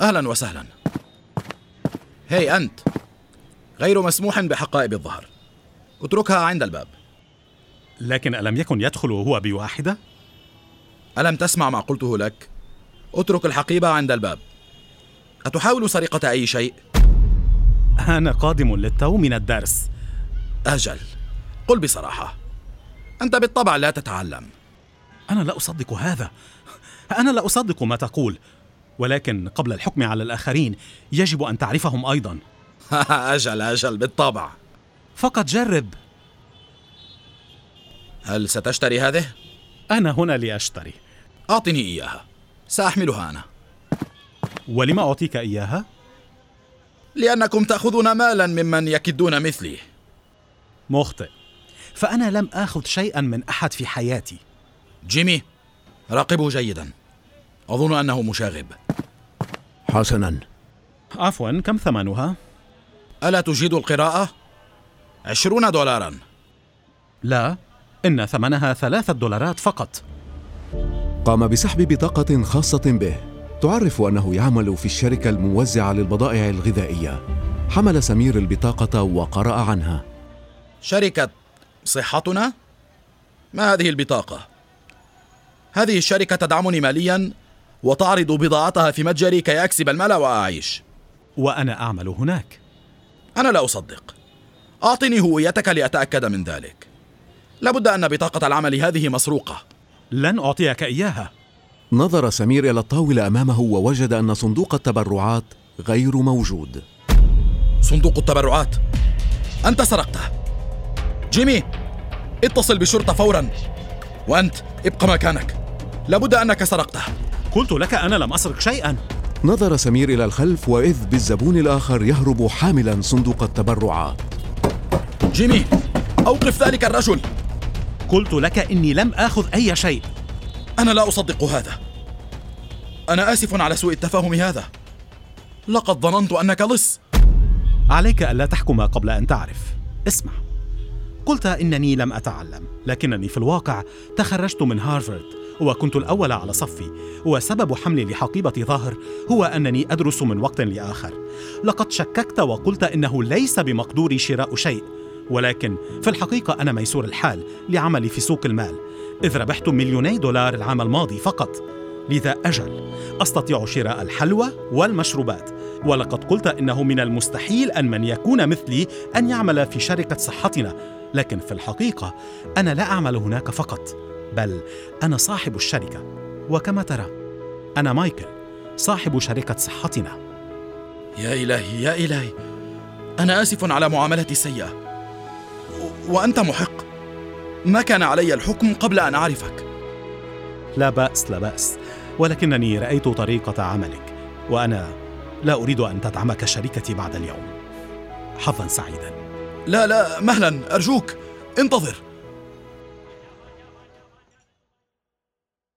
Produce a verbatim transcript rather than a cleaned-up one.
أهلا وسهلا. هاي أنت، غير مسموح بحقائب الظهر، اتركها عند الباب. لكن ألم يكن يدخل وهو بواحدة؟ ألم تسمع ما قلته لك؟ اترك الحقيبة عند الباب. أتحاول سرقة أي شيء؟ أنا قادم للتو من الدرس. أجل، قل بصراحة، أنت بالطبع لا تتعلم. أنا لا أصدق هذا، أنا لا أصدق ما تقول، ولكن قبل الحكم على الآخرين يجب أن تعرفهم أيضا. أجل أجل بالطبع. فقط جرب. هل ستشتري هذه؟ أنا هنا لأشتري. أعطني إياها، سأحملها أنا. ولما أعطيك إياها؟ لأنكم تأخذون مالا ممن يكدون مثلي. مخطئ، فأنا لم آخذ شيئا من أحد في حياتي. جيمي، راقبه جيدا، أظن أنه مشاغب. حسنا. عفوا، كم ثمنها؟ ألا تجيد القراءة؟ عشرون دولارا. لا، إن ثمنها ثلاثة دولارات فقط. قام بسحب بطاقة خاصة به تعرف أنه يعمل في الشركة الموزعة للبضائع الغذائية. حمل سمير البطاقة وقرأ عنها. شركة صحتنا؟ ما هذه البطاقة؟ هذه الشركة تدعمني ماليا وتعرض بضاعتها في متجري كي أكسب المال وأعيش. وأنا أعمل هناك. أنا لا أصدق. أعطني هويتك لأتأكد من ذلك. لابد أن بطاقة العمل هذه مسروقة. لن أعطيك إياها. نظر سمير إلى الطاولة أمامه ووجد أن صندوق التبرعات غير موجود. صندوق التبرعات؟ أنت سرقته. جيمي، اتصل بالشرطة فورا. وأنت ابق مكانك، لابد أنك سرقته. قلت لك أنا لم أسرق شيئا. نظر سمير إلى الخلف وإذ بالزبون الآخر يهرب حاملا صندوق التبرعات. جيمي، أوقف ذلك الرجل. قلت لك إني لم آخذ أي شيء. أنا لا أصدق هذا. أنا آسف على سوء التفاهم هذا. لقد ظننت أنك لص. عليك ألا تحكم قبل أن تعرف. اسمع، قلت إنني لم أتعلم، لكنني في الواقع تخرجت من هارفارد وكنت الأول على صفي، وسبب حملي لحقيبة ظاهر هو أنني أدرس من وقت لآخر. لقد شككت وقلت إنه ليس بمقدوري شراء شيء، ولكن في الحقيقة أنا ميسور الحال لعملي في سوق المال، إذ ربحت مليوني دولار العام الماضي فقط. لذا أجل أستطيع شراء الحلوى والمشروبات. ولقد قلت إنه من المستحيل أن من يكون مثلي أن يعمل في شركة صحتنا، لكن في الحقيقة أنا لا أعمل هناك فقط، بل أنا صاحب الشركة. وكما ترى أنا مايكل، صاحب شركة صحتنا. يا إلهي يا إلهي، أنا آسف على معاملتي السيئة. وأنت محق، ما كان علي الحكم قبل أن أعرفك. لا بأس لا بأس، ولكنني رأيت طريقة عملك، وأنا لا أريد أن تدعمك شركتي بعد اليوم. حظا سعيدا. لا لا، مهلا أرجوك، انتظر.